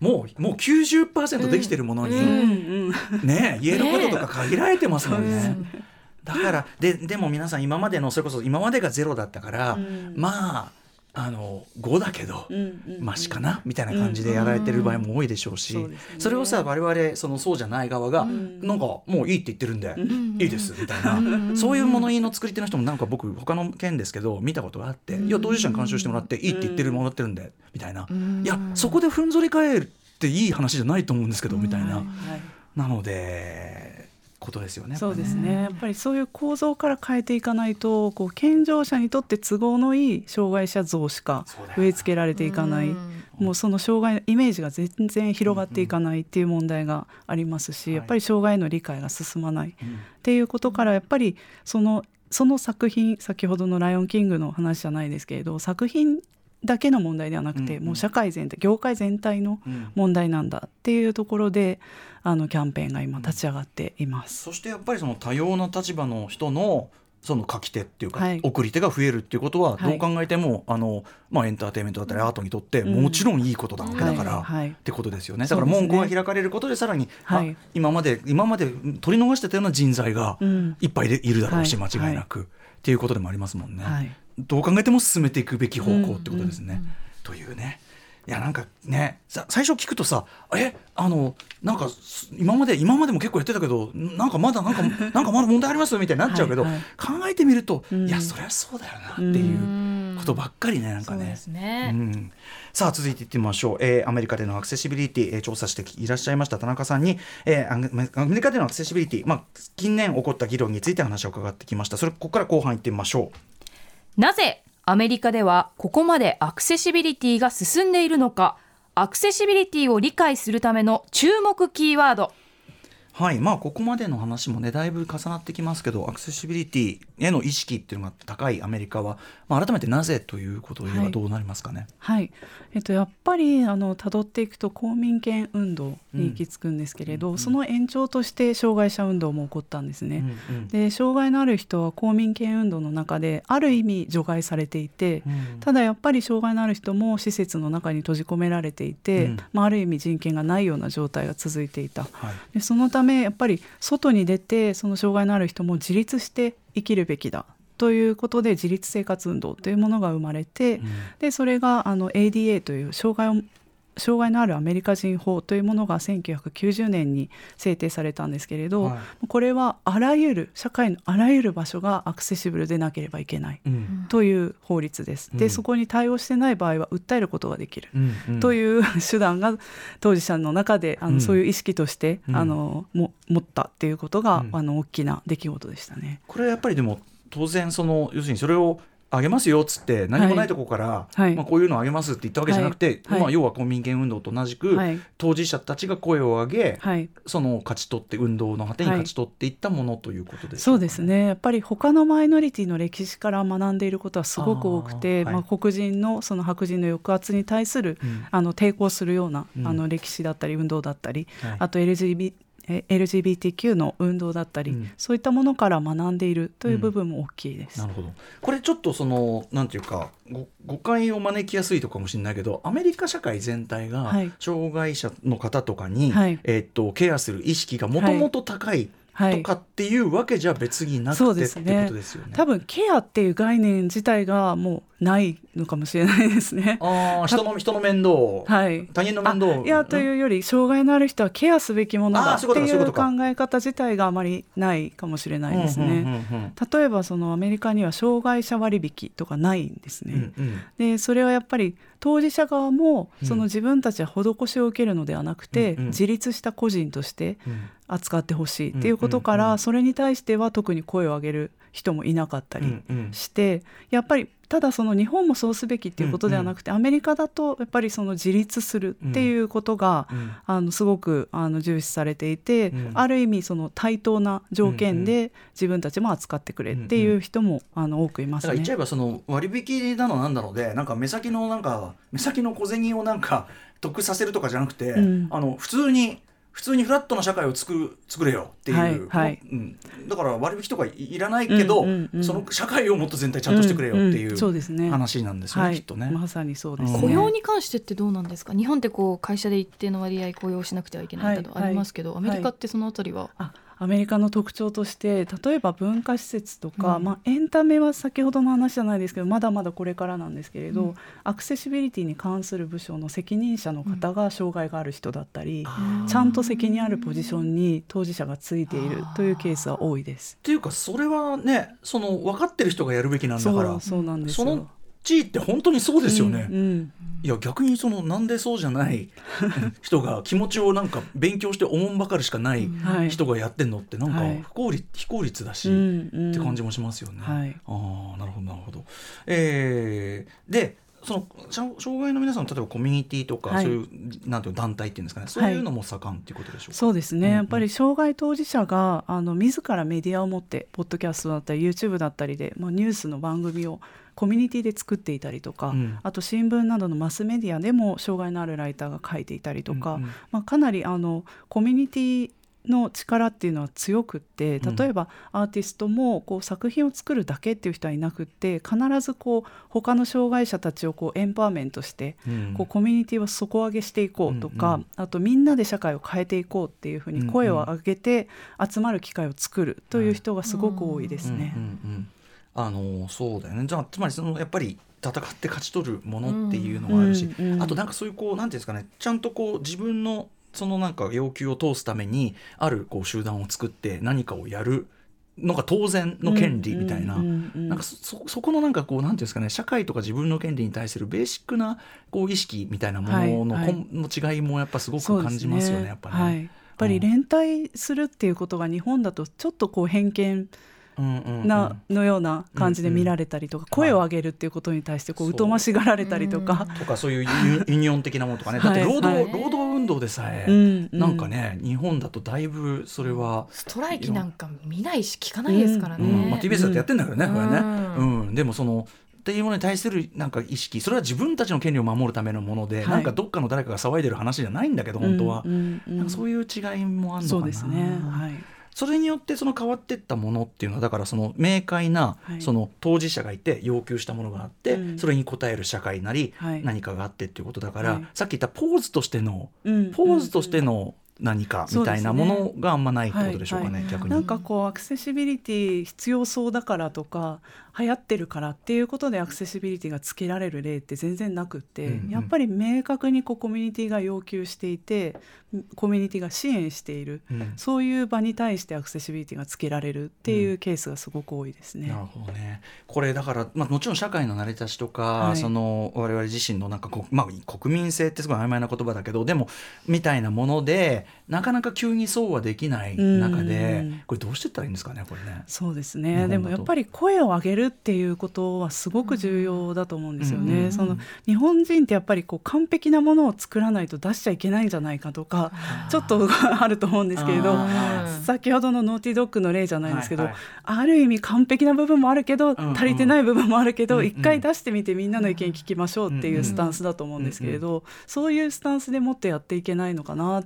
90% できてるものに、ね、言えることとか限られてますもんね。だからでも皆さん今までのそれこそ今までがゼロだったから、まあ5だけど、マシかなみたいな感じでやられてる場合も多いでしょうし、それをさ我々そうじゃない側が、なんかもういいって言ってるんで、いいですみたいな、そういう物言いの作り手の人もなんか僕他の件ですけど見たことがあって、いや当事者に監修してもらっていいって言ってもらってるんでみたいな、いやそこでふんぞり返っていい話じゃないと思うんですけどみたいな、なのでことですよね。 そうですね。やっぱりそういう構造から変えていかないと、健常者にとって都合のいい障害者像しか植え付けられていかない、もうその障害のイメージが全然広がっていかないっていう問題がありますし、やっぱり障害の理解が進まないっていうことから、やっぱりその作品、先ほどのライオンキングの話じゃないですけれど、作品だけの問題ではなくて、もう社会全体、業界全体の問題なんだっていうところで、キャンペーンが今立ち上がっています。 そしてやっぱりその多様な立場の人のその書き手っていうか、送り手が増えるっていうことはどう考えても、エンターテインメントだったりアートにとってもちろんいいことだわけだから、ってことですよね。だから門戸が開かれることでさらに、今まで取り逃してたような人材がいっぱいいるだろうし、間違いなくっていうことでもありますもんね。どう考えても進めていくべき方向ってことですね。というね。いやなんかね、最初聞くとさ、なんか今までも結構やってたけど、なんかまだ問題ありますみたいになっちゃうけど、考えてみると、いやそりゃそうだよなっていうことばっかりね、なんかね。そうですね。さあ続いていってみましょう。アメリカでのアクセシビリティ、調査していらっしゃいました田中さんに、アメリカでのアクセシビリティ、近年起こった議論について話を伺ってきました。ここから後半いってみましょう。なぜアメリカではここまでアクセシビリティが進んでいるのか、アクセシビリティを理解するための注目キーワード。 はい、ここまでの話もねだいぶ重なってきますけど、アクセシビリティへの意識っていうのが高いアメリカは、改めてなぜということを言えばどうなりますかね。 やっぱり辿っていくと公民権運動に行き着くんですけれど、その延長として障害者運動も起こったんですね。で障害のある人は公民権運動の中である意味除外されていて、ただやっぱり障害のある人も施設の中に閉じ込められていて、ある意味人権がないような状態が続いていた。でそのためやっぱり外に出て、その障害のある人も自立して生きるべきだということで自立生活運動というものが生まれて、でそれがADA という障害のあるアメリカ人法というものが1990年に制定されたんですけれど、これは社会のあらゆる場所がアクセシブルでなければいけないという法律です。でそこに対応してない場合は訴えることができるという手段が当事者の中でそういう意識として持ったっていうことが大きな出来事でしたね。 これやっぱりでも当然要するにそれをあげますよっつって何もないところから、こういうのあげますって言ったわけじゃなくて、要は公民権運動と同じく、当事者たちが声を上げ、その勝ち取って運動の果てに勝ち取っていったものということです。 そうですね。やっぱり他のマイノリティの歴史から学んでいることはすごく多くて、黒人のその白人の抑圧に対する、抵抗するような歴史だったり運動だったり、あと LGBTQ の運動だったり、そういったものから学んでいるという部分も大きいです。 なるほど。これちょっとなんていうか誤解を招きやすいとかもしれないけど、アメリカ社会全体が障害者の方とかに、ケアする意識がもともと高いとかっていうわけじゃ別になくて、ってことですよね。 多分ケアっていう概念自体がもうないのかもしれないですね。 人の面倒、他人の面倒、 いやというより、障害のある人はケアすべきものだっていう考え方自体があまりないかもしれないですね。例えばアメリカには障害者割引とかないんですね。でそれはやっぱり当事者側も自分たちは施しを受けるのではなくて、自立した個人として扱ってほしいっていうことから、それに対しては特に声を上げる人もいなかったりして、やっぱりただ日本もそうすべきっていうことではなくて、アメリカだとやっぱり自立するっていうことが、すごく重視されていて、ある意味対等な条件で自分たちも扱ってくれっていう人も多くいますね。 だから言っちゃえば割引だのなんだので、目先の小銭を得させるとかじゃなくて、普通にフラットな社会を作れよっていう、だから割引とかいらないけど、その社会をもっと全体ちゃんとしてくれよっていう話なんですよね、きっとね。 まさにそうですね。 雇用に関してってどうなんですか？日本って会社で一定の割合雇用しなくてはいけないなどありますけど、アメリカってそのあたりは？ アメリカの特徴として、例えば文化施設とか、エンタメは先ほどの話じゃないですけど、まだまだこれからなんですけれど、アクセシビリティに関する部署の責任者の方が障害がある人だったり、ちゃんと責任あるポジションに当事者がついているというケースは多いです。 っていうか、それはね、分かってる人がやるべきなんだから。 そうなんですよ。 その地位って本当にそうですよね。いや逆になんでそうじゃない人が気持ちを勉強しておもんばかるしかない人がやってんのって非効率だし、って感じもしますよね。なるほどなるほど。で障害の皆さん、例えばコミュニティとか、そういうなんていう団体っていうんですかね、そういうのも盛んっていうことでしょうか？ そうですね、やっぱり障害当事者が自らメディアを持って、ポッドキャストだったり YouTube だったりで、ニュースの番組をコミュニティで作っていたりとか、あと新聞などのマスメディアでも障害のあるライターが書いていたりとか、かなりコミュニティの力っていうのは強くって、例えばアーティストも作品を作るだけっていう人はいなくって、必ず他の障害者たちをエンパワーメントして、コミュニティを底上げしていこうとか、あとみんなで社会を変えていこうっていうふうに声を上げて集まる機会を作るという人がすごく多いですね。 そうだよね。つまりやっぱり戦って勝ち取るものっていうのがあるし、あとそういうなんていうんですかね、ちゃんと自分の要求を通すためにある集団を作って何かをやるのが当然の権利みたいな、そこのなんていうんですかね、社会とか自分の権利に対するベーシックな意識みたいなものの違いもやっぱすごく感じますよね。やっぱり連帯するっていうことが日本だとちょっと偏見のような感じで見られたりとか、声を上げるっていうことに対して疎ましがられたりとか、 そういうユニオン的なものとかね、だって労働運動でさえ日本だとだいぶそれはストライキなんか見ないし聞かないですからね。 TBS だってやってんだけどね、これね。でもっていうものに対する意識、それは自分たちの権利を守るためのもので、どっかの誰かが騒いでる話じゃないんだけど、本当はそういう違いもあるのかな。 そうですね。 それによって変わっていったものっていうのは、だから明快な当事者がいて要求したものがあって、それに応える社会なり何かがあってっていうことだから、さっき言ったポーズとしての何かみたいなものがあんまないってことでしょうかね。逆にアクセシビリティ必要そうだからとか、流行ってるからっていうことでアクセシビリティがつけられる例って全然なくって、やっぱり明確にコミュニティが要求していて、コミュニティが支援している、そういう場に対してアクセシビリティがつけられるっていうケースがすごく多いですね。 なるほどね。これだから、もちろん社会の成り立ちとか、我々自身の国民性ってすごい曖昧な言葉だけど、でもみたいなものでなかなか急にそうはできない中で、これどうしていったらいいんですかね、これね。 そうですね。でもやっぱり声を上げるっていうことはすごく重要だと思うんですよね。日本人ってやっぱり完璧なものを作らないと出しちゃいけないんじゃないかとかちょっとあると思うんですけれど、先ほどのノーティードッグの例じゃないですけど、ある意味完璧な部分もあるけど、足りてない部分もあるけど、一回出してみてみんなの意見聞きましょうっていうスタンスだと思うんですけれど、そういうスタンスでもっとやっていけないのかなっていうのを感じ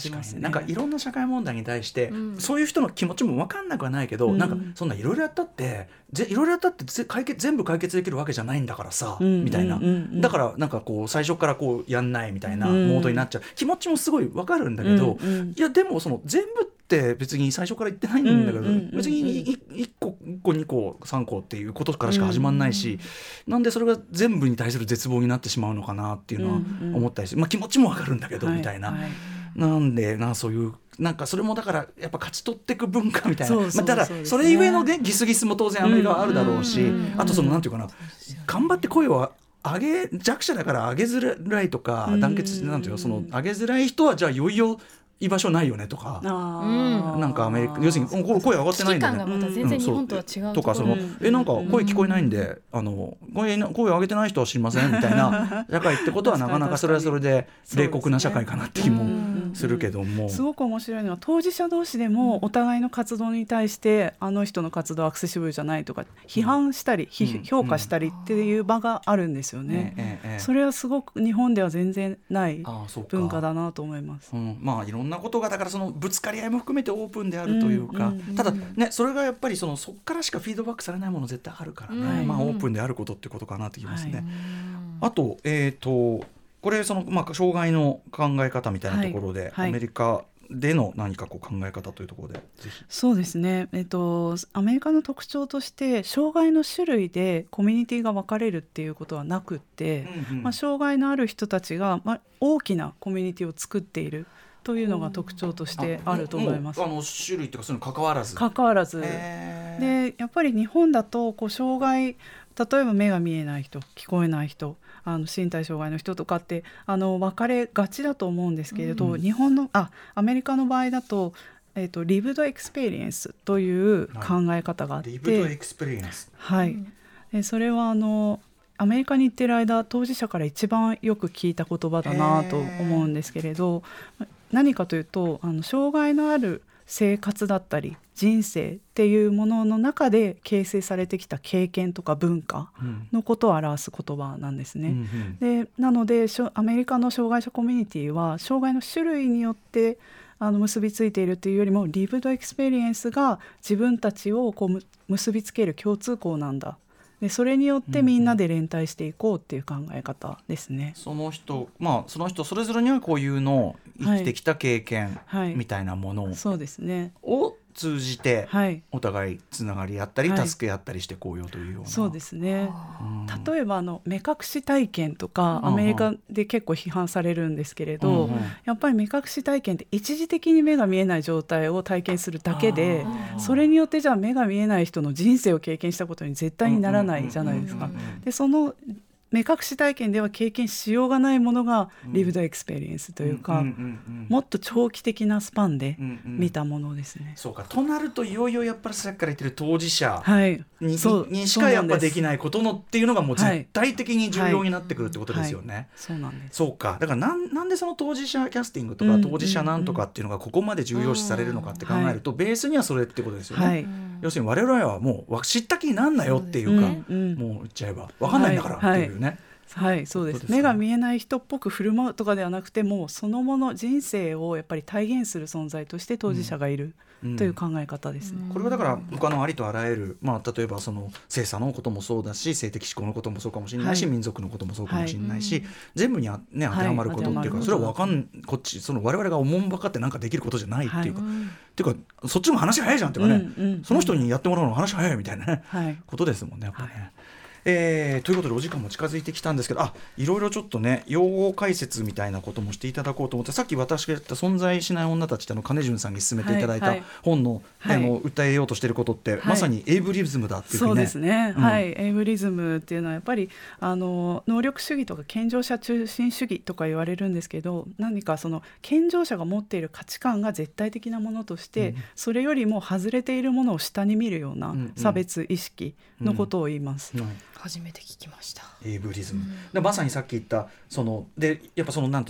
じますね。 なんかいろんな社会問題に対して、そういう人の気持ちも分かんなくはないけど、なんかそんないろいろやったって全部解決できるわけじゃないんだからさ、みたいな、だからなんかこう最初からこうやんないみたいなモードになっちゃう気持ちもすごい分かるんだけど、いやでもその全部って別に最初から言ってないんだけど、別に1個2個3個っていうことからしか始まんないし、なんでそれが全部に対する絶望になってしまうのかなっていうのは思ったりして、気持ちも分かるんだけど、みたいな、なんでそういうなんかそれもだからやっぱ勝ち取っていく文化みたいな、ただそれゆえのギスギスも当然アメリカはあるだろうし、あとそのなんていうかな、頑張って声を弱者だから上げづらいとか、団結なんていうの、その上げづらい人はじゃあいよいよ居場所ないよねとか、なんかアメリカ要するに声上がってないんだね、 危機感がまた全然日本とは違うとか、そのなんか声聞こえないんで、声上げてない人は知りませんみたいな社会ってことはなかなかそれはそれで冷酷な社会かなって気もするけども、 すごく面白いのは当事者同士でもお互いの活動に対してあの人の活動アクセシブルじゃないとか批判したり評価したりっていう場があるんですよね。それはすごく日本では全然ない文化だなと思います。 いろんなことがだからそのぶつかり合いも含めてオープンであるというか、ただねそれがやっぱりそっからしかフィードバックされないもの絶対あるからね、オープンであることってことかなってきますね。あとこれその障害の考え方みたいなところで、アメリカでの何かこう考え方というところでぜひ。 そうですね、アメリカの特徴として障害の種類でコミュニティが分かれるっていうことはなくって、障害のある人たちが、大きなコミュニティを作っているというのが特徴としてあると思います。 種類というかそういうの関わらずでやっぱり日本だと障害、例えば目が見えない人、聞こえない人、身体障害の人とかって分かれがちだと思うんですけれど、アメリカの場合だと、リブドエクスペリエンスという考え方があって、リブドエクスペリエンス、でそれはアメリカに行ってる間当事者から一番よく聞いた言葉だなと思うんですけれど、何かというと障害のある生活だったり人生っていうものの中で形成されてきた経験とか文化のことを表す言葉なんですね。でなのでアメリカの障害者コミュニティは障害の種類によって結びついているというよりもリブドエクスペリエンスが自分たちを結びつける共通項なんだ、でそれによってみんなで連帯していこうっていう考え方ですね。 その人それぞれにはこういうのを生きてきた経験みたいなものを、 そうですね、 を通じてお互いつながり合ったり、助け合ったりしてこうよというような。 そうですね、例えば目隠し体験とかアメリカで結構批判されるんですけれど、やっぱり目隠し体験って一時的に目が見えない状態を体験するだけで、それによってじゃあ目が見えない人の人生を経験したことに絶対にならないじゃないですか。でその目隠し体験では経験しようがないものがリブドエクスペリエンスというか、もっと長期的なスパンで見たものですね。 そうか、となるといよいよやっぱりさっきから言ってる当事者にしかやっぱできないことのっていうのがもう絶対的に重要になってくるってことですよね。 そうなんです。 そうか、だからなんでその当事者キャスティングとか当事者なんとかっていうのがここまで重要視されるのかって考えると、ベースにはそれってことですよね。要するに我々はもう知った気になんなよっていうか、もう言っちゃえば分かんないんだからっていうね。 そうです。目が見えない人っぽく振る舞うとかではなくて、もうそのもの人生をやっぱり体現する存在として当事者がいるという考え方ですね。 これはだから他のありとあらゆる、例えばその性差のこともそうだし、性的指向のこともそうかもしれないし、民族のこともそうかもしれないし、全部に当てはまることっていうか、それはこっち我々がおもんばかってなんかできることじゃないっていうか、っていうかそっちも話早いじゃんっていうかね、その人にやってもらうの話早いみたいなことですもんね、やっぱね。ということでお時間も近づいてきたんですけど、いろいろちょっとね用語解説みたいなこともしていただこうと思って、さっき私が言った存在しない女たちって金潤さんに勧めていただいた本の、訴えようとしていることって、まさにエイブリズムだっていうふうにね。 そうですね、エイブリズムっていうのはやっぱり能力主義とか健常者中心主義とか言われるんですけど、何かその健常者が持っている価値観が絶対的なものとして、それよりも外れているものを下に見るような差別意識のことを言います。 初めて聞きました。 エイブリズム、でまさにさっき言ったでやっぱなんていうかな、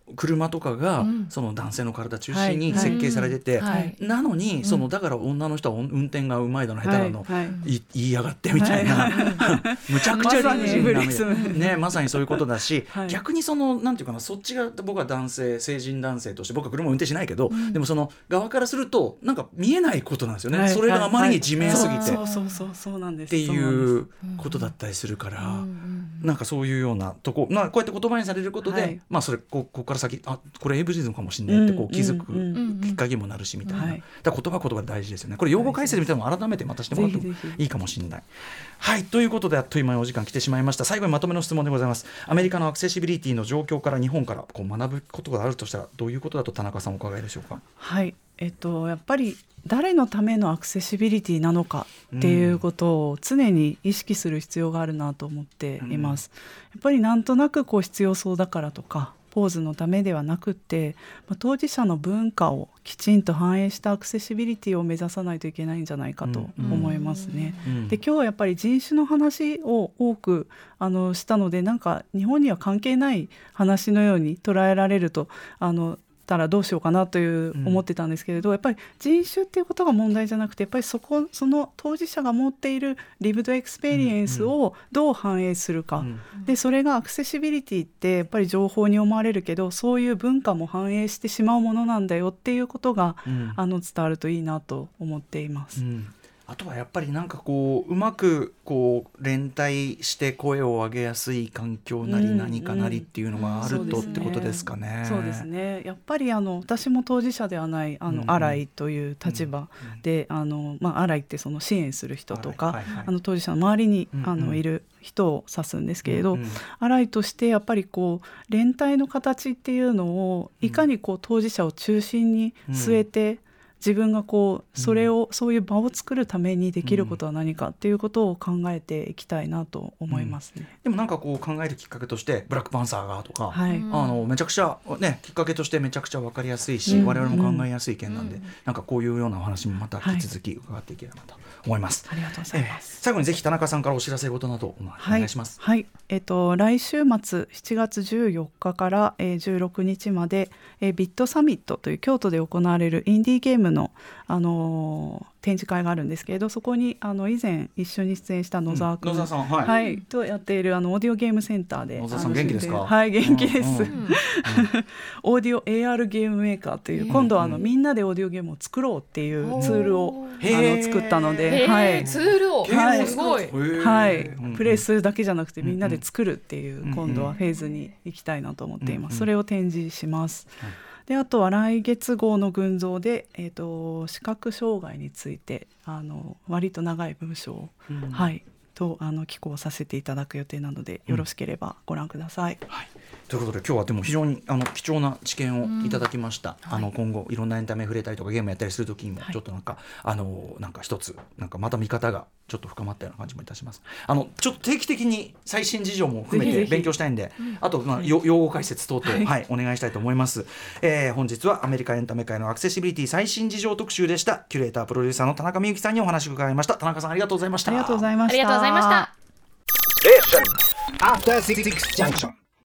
車とかが、その男性の体中心に設計されてて、なのにそのだから女の人は運転がうまいだの下手だの、言いやがってみたいな、むちゃくちゃ理不尽な、まさにそういうことだし、逆にそのなんていうかな、そっちが僕は成人男性として僕は車を運転しないけど、でもその側からするとなんか見えないことなんですよね、それがあまりに自明すぎてっていうことだったりするから、なんかそういうようなとこ、こうやって言葉にされることで、それここから先これエイブリズムかもしれないってこう気づくきっかけにもなるしみたいな、だから言葉大事ですよね。これ用語解説みたいなのも改めてまたしてもらってもいいかもしれない。はい、ということであっという間にお時間来てしまいました。最後にまとめの質問でございます。アメリカのアクセシビリティの状況から日本からこう学ぶことがあるとしたらどういうことだと田中さんお伺いでしょうか。 はい、やっぱり誰のためのアクセシビリティなのかっていうことを常に意識する必要があるなと思っています。やっぱりなんとなくこう必要そうだからとかポーズのためではなくって、当事者の文化をきちんと反映したアクセシビリティを目指さないといけないんじゃないかと思いますね。で今日はやっぱり人種の話を多くしたので、なんか日本には関係ない話のように捉えられるとたらどうしようかなという思ってたんですけれど、やっぱり人種っていうことが問題じゃなくて、やっぱりその当事者が持っているリブドエクスペリエンスをどう反映するか、でそれがアクセシビリティってやっぱり情報に思われるけど、そういう文化も反映してしまうものなんだよっていうことが、伝わるといいなと思っています。 あとはやっぱりなんかこううまくこう連帯して声を上げやすい環境なり何かなりっていうのがあるとってことですかね。 そうですね。やっぱり私も当事者ではないアライという立場で、アライってその支援する人とか、当事者の周りにいる人を指すんですけれど、アライとしてやっぱりこう連帯の形っていうのをいかにこう当事者を中心に据えて、自分がこうそういう場を作るためにできることは何かっていうことを考えていきたいなと思いますね。 でもなんかこう考えるきっかけとしてブラックパンサーがとか、めちゃくちゃねきっかけとしてめちゃくちゃ分かりやすいし、我々も考えやすい件なんで、なんかこういうようなお話もまた引き続き伺っていければと思います。 ありがとうございます。 最後にぜひ田中さんからお知らせ事などお願いします。 はい、来週末7月14日から16日までビットサミットという京都で行われるインディーゲームの展示会があるんですけれど、そこに以前一緒に出演した野沢君、 野沢さん、 とやっているオーディオゲームセンターで。 野沢さん元気ですか？ はい、元気です。オーディオ AR ゲームメーカーという、今度はみんなでオーディオゲームを作ろうっていうツールを作ったので、 ツールを、すごい、 プレイするだけじゃなくてみんなで作るっていう、今度はフェーズに行きたいなと思っています。それを展示します。であとは来月号の群像で、視覚障害について割と長い文章を、と寄稿させていただく予定なので、よろしければご覧ください。 ということで今日はでも非常に貴重な知見をいただきました。今後いろんなエンタメ触れたりとかゲームやったりするときにもちょっとなんか一つなんかまた見方がちょっと深まったような感じもいたします。ちょっと定期的に最新事情も含めて勉強したいんで、あと用語解説等々、お願いしたいと思います。本日はアメリカエンタメ界のアクセシビリティ最新事情特集でした。キュレータープロデューサーの田中美幸さんにお話を伺いました。田中さんありがとうございました。 ありがとうございました。 ありがとうございました。 After 66 junction.